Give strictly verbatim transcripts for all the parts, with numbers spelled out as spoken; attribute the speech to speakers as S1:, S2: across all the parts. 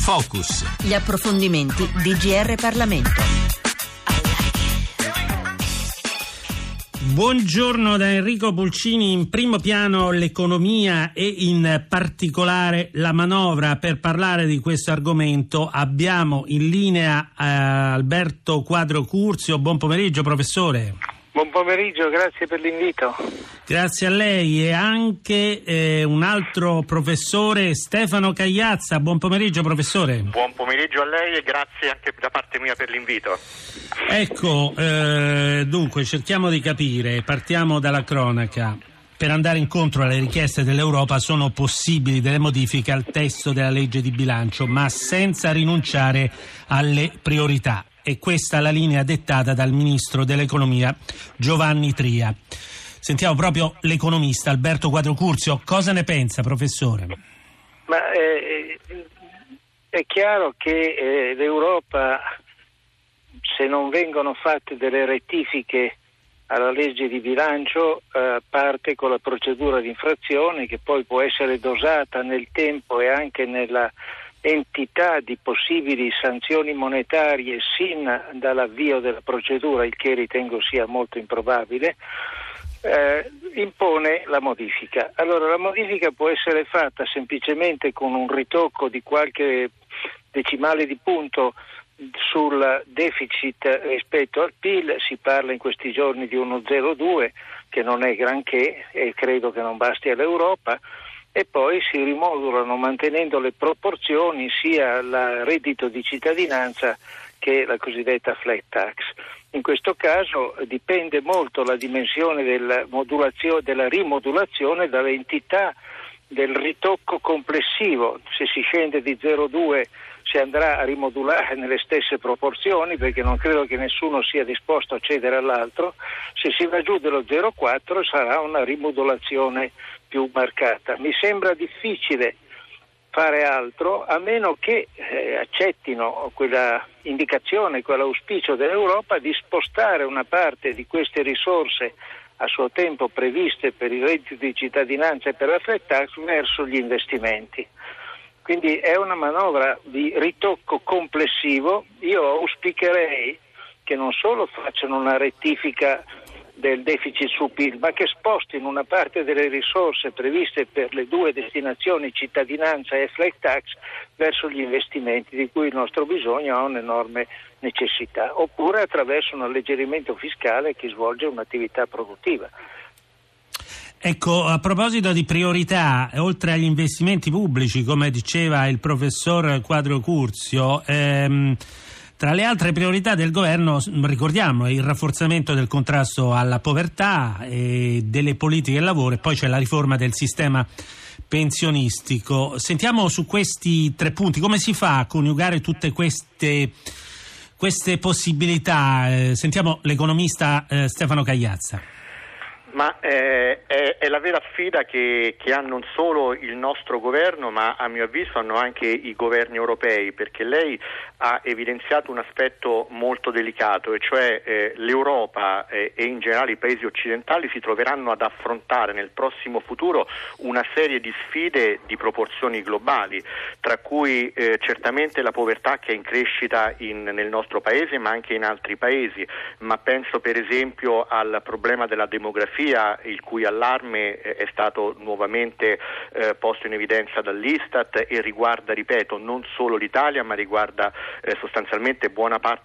S1: Focus.
S2: Gli approfondimenti di G R Parlamento.
S3: Buongiorno da Enrico Pulcini. In primo piano l'economia e in particolare la manovra. Per parlare di questo argomento abbiamo in linea eh, Alberto Quadro Curzio. Buon pomeriggio, professore.
S4: Buon pomeriggio, grazie per l'invito.
S3: Grazie a lei e anche eh, un altro professore, Stefano Cagliazza. Buon pomeriggio, professore.
S5: Buon pomeriggio a lei e grazie anche da parte mia per l'invito.
S3: Ecco, eh, dunque cerchiamo di capire, partiamo dalla cronaca. Per andare incontro alle richieste dell'Europa sono possibili delle modifiche al testo della legge di bilancio, ma senza rinunciare alle priorità. E questa è la linea dettata dal ministro dell'economia Giovanni Tria. Sentiamo proprio l'economista Alberto Quadro Curzio. Cosa ne pensa, professore?
S4: Ma eh, è chiaro che eh, l'Europa, se non vengono fatte delle rettifiche alla legge di bilancio, eh, parte con la procedura di infrazione che poi può essere dosata nel tempo e anche nella entità di possibili sanzioni monetarie sin dall'avvio della procedura, il che ritengo sia molto improbabile. Eh, impone la modifica. Allora la modifica può essere fatta semplicemente con un ritocco di qualche decimale di punto sul deficit rispetto al P I L. Si parla in questi giorni di uno zero virgola due, che non è granché e credo che non basti all'Europa, e poi si rimodulano mantenendo le proporzioni sia il reddito di cittadinanza che la cosiddetta flat tax. In questo caso dipende molto la dimensione della modulazione, della rimodulazione dall'entità del ritocco complessivo. Se si scende di zero virgola due si andrà a rimodulare nelle stesse proporzioni, perché non credo che nessuno sia disposto a cedere all'altro. Se si va giù dello zero virgola quattro sarà una rimodulazione più marcata. Mi sembra difficile fare altro a meno che eh, accettino quella indicazione, quell'auspicio dell'Europa di spostare una parte di queste risorse a suo tempo previste per il reddito di cittadinanza e per la flat tax verso gli investimenti. Quindi è una manovra di ritocco complessivo. Io auspicherei che non solo facciano una rettifica del deficit su P I L, ma che spostino una parte delle risorse previste per le due destinazioni cittadinanza e flat tax verso gli investimenti, di cui il nostro bisogno ha un'enorme necessità, oppure attraverso un alleggerimento fiscale che svolge un'attività produttiva.
S3: Ecco, a proposito di priorità, oltre agli investimenti pubblici, come diceva il professor Quadro Curzio, ehm, tra le altre priorità del governo, ricordiamo, il rafforzamento del contrasto alla povertà e delle politiche del lavoro, e poi c'è la riforma del sistema pensionistico. Sentiamo su questi tre punti, come si fa a coniugare tutte queste, queste possibilità? Eh, sentiamo l'economista eh, Stefano Cagliazza.
S5: Ma eh, è, è la vera sfida che, che ha non solo il nostro governo, ma a mio avviso hanno anche i governi europei, perché lei ha evidenziato un aspetto molto delicato, e cioè eh, l'Europa eh, e in generale i paesi occidentali si troveranno ad affrontare nel prossimo futuro una serie di sfide di proporzioni globali, tra cui eh, certamente la povertà che è in crescita in, nel nostro paese ma anche in altri paesi, ma penso per esempio al problema della demografia, il cui allarme è stato nuovamente eh, posto in evidenza dall'Istat e riguarda, ripeto, non solo l'Italia, ma riguarda eh, sostanzialmente buona parte.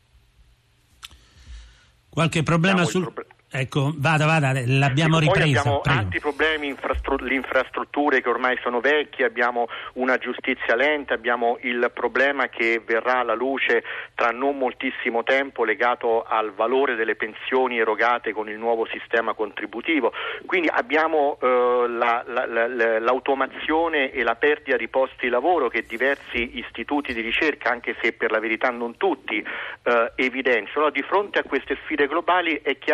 S3: Qualche problema sul... Proble- Ecco, vada, vada, l'abbiamo
S5: Dico,
S3: ripresa.
S5: Poi abbiamo
S3: prego.
S5: altri problemi, infrastru- le infrastrutture che ormai sono vecchie, abbiamo una giustizia lenta, abbiamo il problema che verrà alla luce tra non moltissimo tempo legato al valore delle pensioni erogate con il nuovo sistema contributivo. Quindi abbiamo eh, la, la, la, l'automazione e la perdita di posti di lavoro che diversi istituti di ricerca, anche se per la verità non tutti, eh, evidenziano. Di fronte a queste sfide globali è chiaro che serve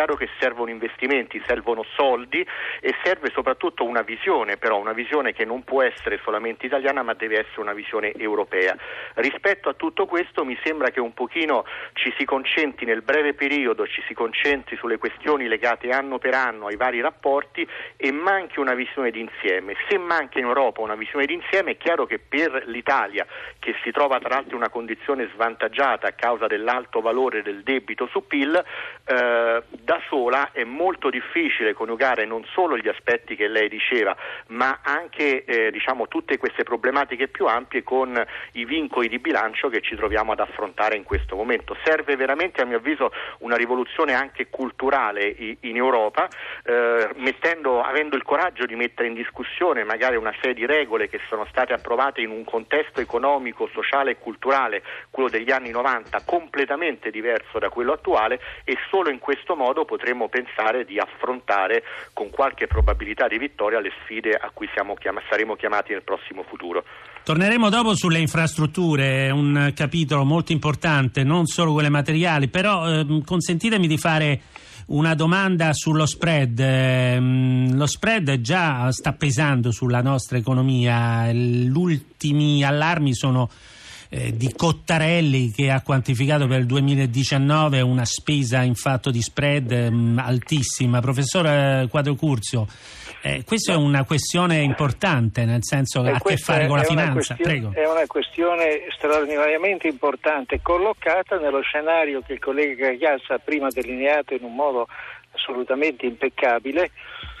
S5: servono investimenti, servono soldi e serve soprattutto una visione, però una visione che non può essere solamente italiana ma deve essere una visione europea. Rispetto a tutto questo mi sembra che un pochino ci si concentri nel breve periodo, ci si concentri sulle questioni legate anno per anno ai vari rapporti e manchi una visione d'insieme. Se manca in Europa una visione d'insieme, è chiaro che per l'Italia, che si trova tra l'altro in una condizione svantaggiata a causa dell'alto valore del debito su P I L, eh, da sola è molto difficile coniugare non solo gli aspetti che lei diceva, ma anche eh, diciamo tutte queste problematiche più ampie con i vincoli di bilancio che ci troviamo ad affrontare in questo momento. Serve veramente, a mio avviso, una rivoluzione anche culturale in Europa, eh, mettendo, avendo il coraggio di mettere in discussione magari una serie di regole che sono state approvate in un contesto economico, sociale e culturale, quello degli anni novanta, completamente diverso da quello attuale, e solo in questo modo potremo pensare di affrontare con qualche probabilità di vittoria le sfide a cui siamo chiam- saremo chiamati nel prossimo futuro.
S3: Torneremo dopo sulle infrastrutture, un capitolo molto importante, non solo quelle materiali, però eh, consentitemi di fare una domanda sullo spread. Eh, lo spread già sta pesando sulla nostra economia, gli ultimi allarmi sono eh, di Cottarelli, che ha quantificato per il duemiladiciannove una spesa in fatto di spread mh, altissima. Professor Quadrocurzio, Eh, questa è una questione importante, nel senso che ha a che fare con la finanza. Prego.
S4: È una questione straordinariamente importante, collocata nello scenario che il collega Cagliazza ha prima delineato in un modo assolutamente impeccabile,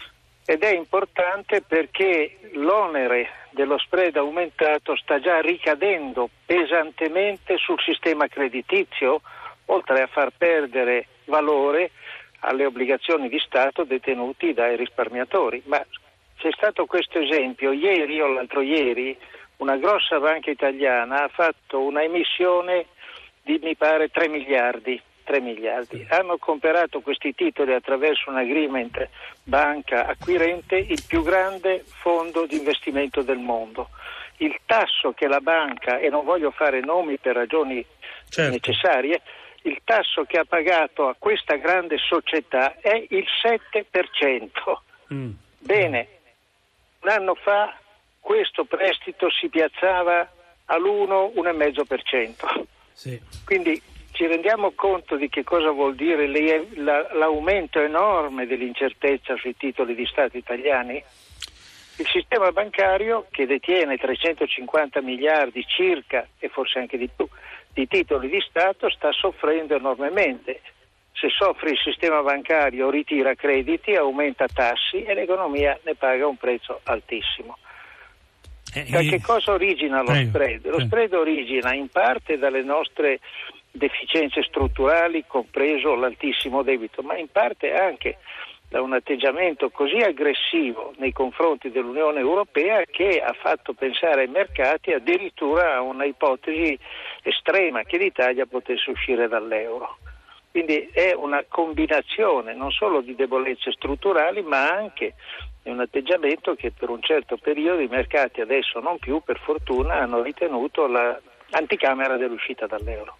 S4: ed è importante perché l'onere dello spread aumentato sta già ricadendo pesantemente sul sistema creditizio, oltre a far perdere valore alle obbligazioni di Stato detenuti dai risparmiatori. Ma c'è stato questo esempio ieri o l'altro ieri, una grossa banca italiana ha fatto una emissione di, mi pare, tre miliardi. tre miliardi. Hanno comprato questi titoli attraverso un agreement banca acquirente, il più grande fondo di investimento del mondo. Il tasso che la banca, e non voglio fare nomi per ragioni certo. necessarie, il tasso che ha pagato a questa grande società è il sette per cento. Mm. Bene, un anno fa questo prestito si piazzava all'uno, uno virgola cinque per cento. Sì. Quindi ci rendiamo conto di che cosa vuol dire l'aumento enorme dell'incertezza sui titoli di Stato italiani? Il sistema bancario, che detiene trecentocinquanta miliardi circa, e forse anche di più, di titoli di Stato, sta soffrendo enormemente. Se soffre il sistema bancario, ritira crediti, aumenta tassi e l'economia ne paga un prezzo altissimo. Eh, da che cosa origina lo prego, spread? Lo prego. spread origina in parte dalle nostre deficienze strutturali, compreso l'altissimo debito, ma in parte anche da un atteggiamento così aggressivo nei confronti dell'Unione Europea che ha fatto pensare ai mercati addirittura a una ipotesi estrema che l'Italia potesse uscire dall'euro. Quindi è una combinazione non solo di debolezze strutturali, ma anche di un atteggiamento che per un certo periodo i mercati, adesso non più per fortuna, hanno ritenuto la anticamera dell'uscita dall'euro.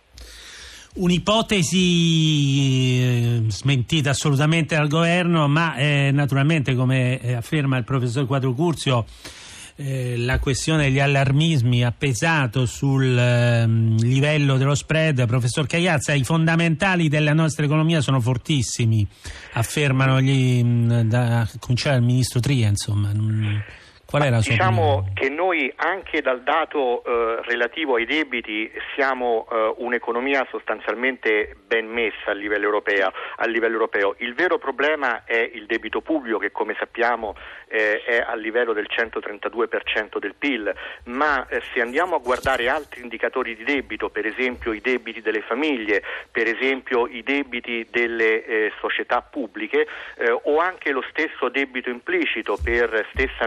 S3: Un'ipotesi smentita assolutamente dal governo, ma eh, naturalmente, come afferma il professor Quadrocurzio, eh, la questione degli allarmismi ha pesato sul eh, livello dello spread. Professor Cagliazza, i fondamentali della nostra economia sono fortissimi, affermano gli, da cominciare dal ministro Tria, insomma. Non... Qual è la sua
S5: diciamo
S3: opinione?
S5: Che noi, anche dal dato eh, relativo ai debiti, siamo eh, un'economia sostanzialmente ben messa a livello europeo, a livello europeo. Il vero problema è il debito pubblico, che come sappiamo eh, è a livello del centotrentadue per cento del P I L, ma eh, se andiamo a guardare altri indicatori di debito, per esempio i debiti delle famiglie, per esempio i debiti delle eh, società pubbliche, eh, o anche lo stesso debito implicito per stessa ammissione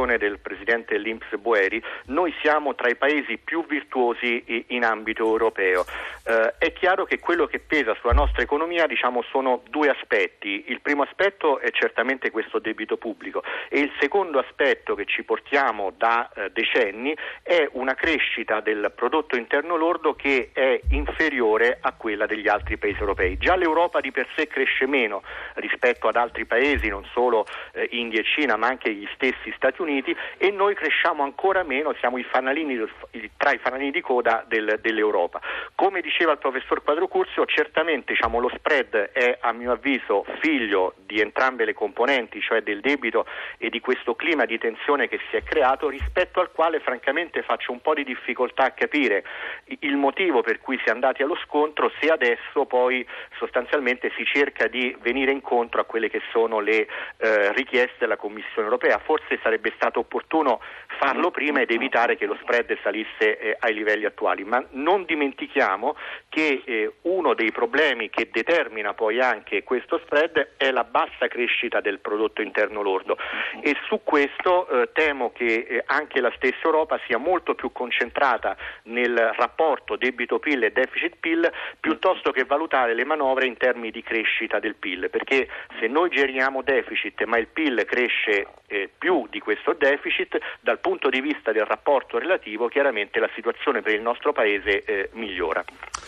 S5: citazione del presidente dell'I N P S Boeri, noi siamo tra i paesi più virtuosi in ambito europeo. Eh, è chiaro che quello che pesa sulla nostra economia, diciamo, sono due aspetti. Il primo aspetto è certamente questo debito pubblico e il secondo aspetto che ci portiamo da eh, decenni è una crescita del prodotto interno lordo che è inferiore a quella degli altri paesi europei. Già l'Europa di per sé cresce meno rispetto ad altri paesi, non solo eh, India e Cina, ma anche gli stessi Stati Uniti, e noi cresciamo ancora meno, siamo i fanalini, tra i fanalini di coda del, dell'Europa. Come diceva il professor Quadrocursio, certamente diciamo, lo spread è a mio avviso figlio di entrambe le componenti, cioè del debito e di questo clima di tensione che si è creato, rispetto al quale francamente faccio un po' di difficoltà a capire il motivo per cui si è andati allo scontro, se adesso poi sostanzialmente si cerca di venire incontro a quelle che sono le eh, richieste della Commissione europea. Forse sarebbe stato opportuno farlo prima ed evitare che lo spread salisse eh, ai livelli attuali, ma non dimentichiamo che eh, uno dei problemi che determina poi anche questo spread è la bassa crescita del prodotto interno lordo, e su questo eh, temo che eh, anche la stessa Europa sia molto più concentrata nel rapporto debito-P I L e deficit-P I L piuttosto che valutare le manovre in termini di crescita del P I L, perché se noi geriamo deficit ma il P I L cresce eh, più di questo deficit, dal punto di vista del rapporto relativo chiaramente la situazione per il nostro paese eh, migliora.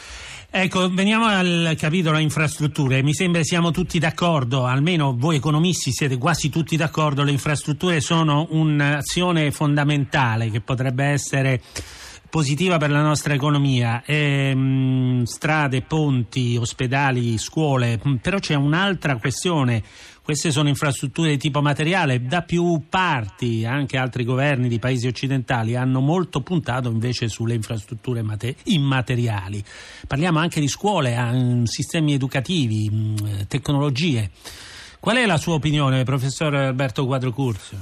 S3: Ecco, veniamo al capitolo infrastrutture. Mi sembra siamo tutti d'accordo, almeno voi economisti siete quasi tutti d'accordo, le infrastrutture sono un'azione fondamentale che potrebbe essere positiva per la nostra economia, e, mh, strade, ponti, ospedali, scuole, però c'è un'altra questione. Queste sono infrastrutture di tipo materiale, da più parti anche altri governi di paesi occidentali hanno molto puntato invece sulle infrastrutture mate- immateriali. Parliamo anche di scuole, sistemi educativi, mh, tecnologie. Qual è la sua opinione, professor Alberto Quadrocursio?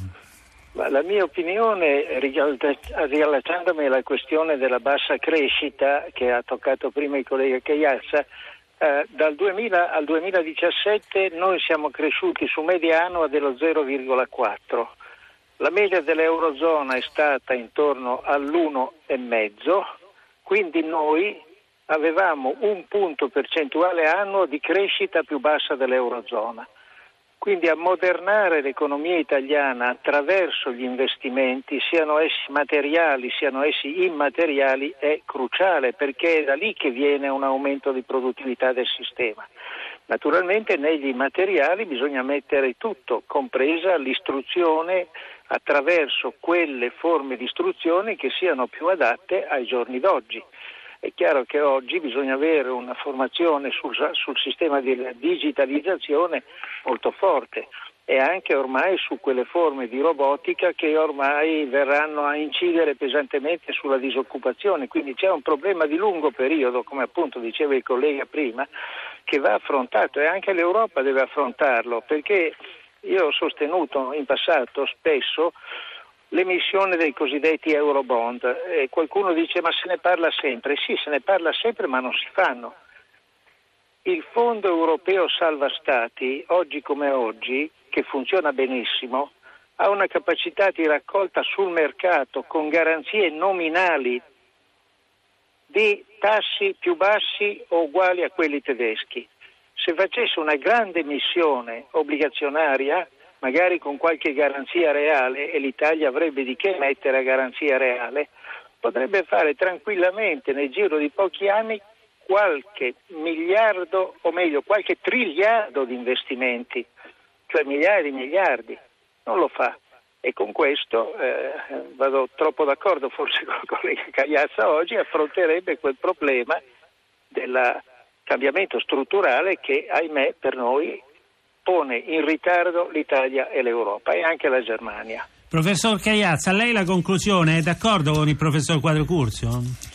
S4: La mia opinione, riallacciandomi alla questione della bassa crescita che ha toccato prima il collega Cagliazza, eh, dal duemila al duemiladiciassette noi siamo cresciuti su media annua dello zero virgola quattro. La media dell'Eurozona è stata intorno all'uno virgola cinque, quindi noi avevamo un punto percentuale annuo di crescita più bassa dell'Eurozona. Quindi ammodernare l'economia italiana attraverso gli investimenti, siano essi materiali, siano essi immateriali, è cruciale, perché è da lì che viene un aumento di produttività del sistema. Naturalmente negli immateriali bisogna mettere tutto, compresa l'istruzione, attraverso quelle forme di istruzione che siano più adatte ai giorni d'oggi. È chiaro che oggi bisogna avere una formazione sul, sul sistema di digitalizzazione molto forte e anche ormai su quelle forme di robotica che ormai verranno a incidere pesantemente sulla disoccupazione. Quindi c'è un problema di lungo periodo, come appunto diceva il collega prima, che va affrontato, e anche l'Europa deve affrontarlo, perché io ho sostenuto in passato spesso l'emissione dei cosiddetti Eurobond, e qualcuno dice ma se ne parla sempre. Sì, se ne parla sempre, ma non si fanno. Il Fondo Europeo Salva Stati, oggi come oggi, che funziona benissimo, ha una capacità di raccolta sul mercato con garanzie nominali di tassi più bassi o uguali a quelli tedeschi. Se facesse una grande emissione obbligazionaria, magari con qualche garanzia reale, e l'Italia avrebbe di che mettere a garanzia reale, potrebbe fare tranquillamente nel giro di pochi anni qualche miliardo, o meglio qualche triliardo di investimenti, cioè migliaia di miliardi. Non lo fa, e con questo eh, vado troppo d'accordo forse con il collega Cagliazza oggi, affronterebbe quel problema del cambiamento strutturale che, ahimè, per noi pone in ritardo l'Italia e l'Europa, e anche la Germania.
S3: Professor Cagliazza, a lei la conclusione, è d'accordo con il professor Quadrocursio?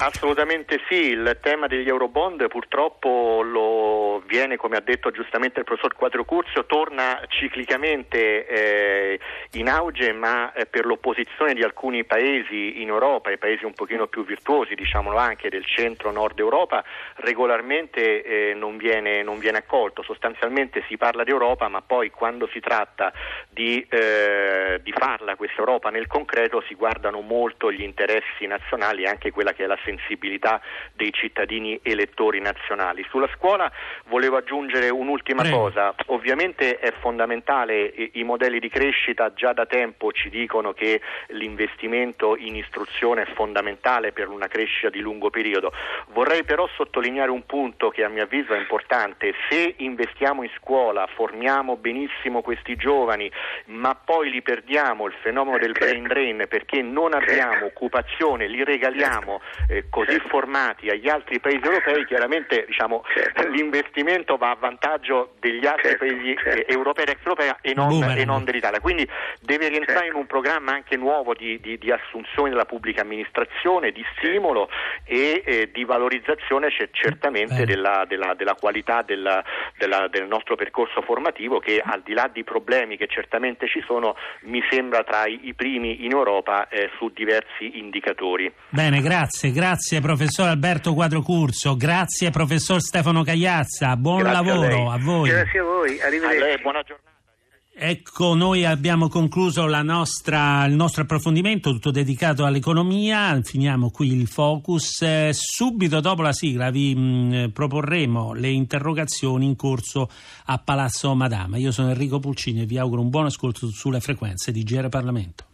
S5: Assolutamente sì, il tema degli Eurobond purtroppo lo viene, come ha detto giustamente il professor Quadrocurzio, torna ciclicamente eh, in auge, ma eh, per l'opposizione di alcuni paesi in Europa, i paesi un pochino più virtuosi, diciamolo anche, del centro-nord Europa, regolarmente eh, non viene, non viene accolto. Sostanzialmente si parla di Europa, ma poi quando si tratta di, eh, di farla questa Europa nel concreto si guardano molto gli interessi nazionali e anche quella che è la sensibilità dei cittadini elettori nazionali. Sulla scuola volevo aggiungere un'ultima
S3: Prego.
S5: cosa. Ovviamente è fondamentale, i, i modelli di crescita già da tempo ci dicono che l'investimento in istruzione è fondamentale per una crescita di lungo periodo. Vorrei però sottolineare un punto che a mio avviso è importante: se investiamo in scuola, formiamo benissimo questi giovani, ma poi li perdiamo, il fenomeno del brain drain, perché non abbiamo occupazione, li regaliamo eh, così formati agli altri paesi europei, chiaramente diciamo l'investimento va a vantaggio degli altri paesi eh, europei, extraeuropei e non, e non dell'Italia. Quindi deve rientrare in un programma anche nuovo di, di, di assunzione della pubblica amministrazione, di stimolo e eh, di valorizzazione c- certamente della, della, della qualità della, della, del nostro percorso formativo, che al di là di problemi che certamente ci sono, mi sembra tra i, i primi in Europa eh, su diversi indicatori.
S3: Bene, grazie, grazie professor Alberto Quadrocurzio, grazie professor Stefano Cagliazza, buon
S5: Grazie
S3: lavoro
S5: a,
S3: a voi.
S4: Grazie a voi, arrivederci.
S5: A lei, buona giornata.
S3: Ecco, noi abbiamo concluso la nostra, il nostro approfondimento tutto dedicato all'economia. Finiamo qui il focus. Eh, subito dopo la sigla vi mh, proporremo le interrogazioni in corso a Palazzo Madama. Io sono Enrico Pulcini e vi auguro un buon ascolto sulle frequenze di G R Parlamento.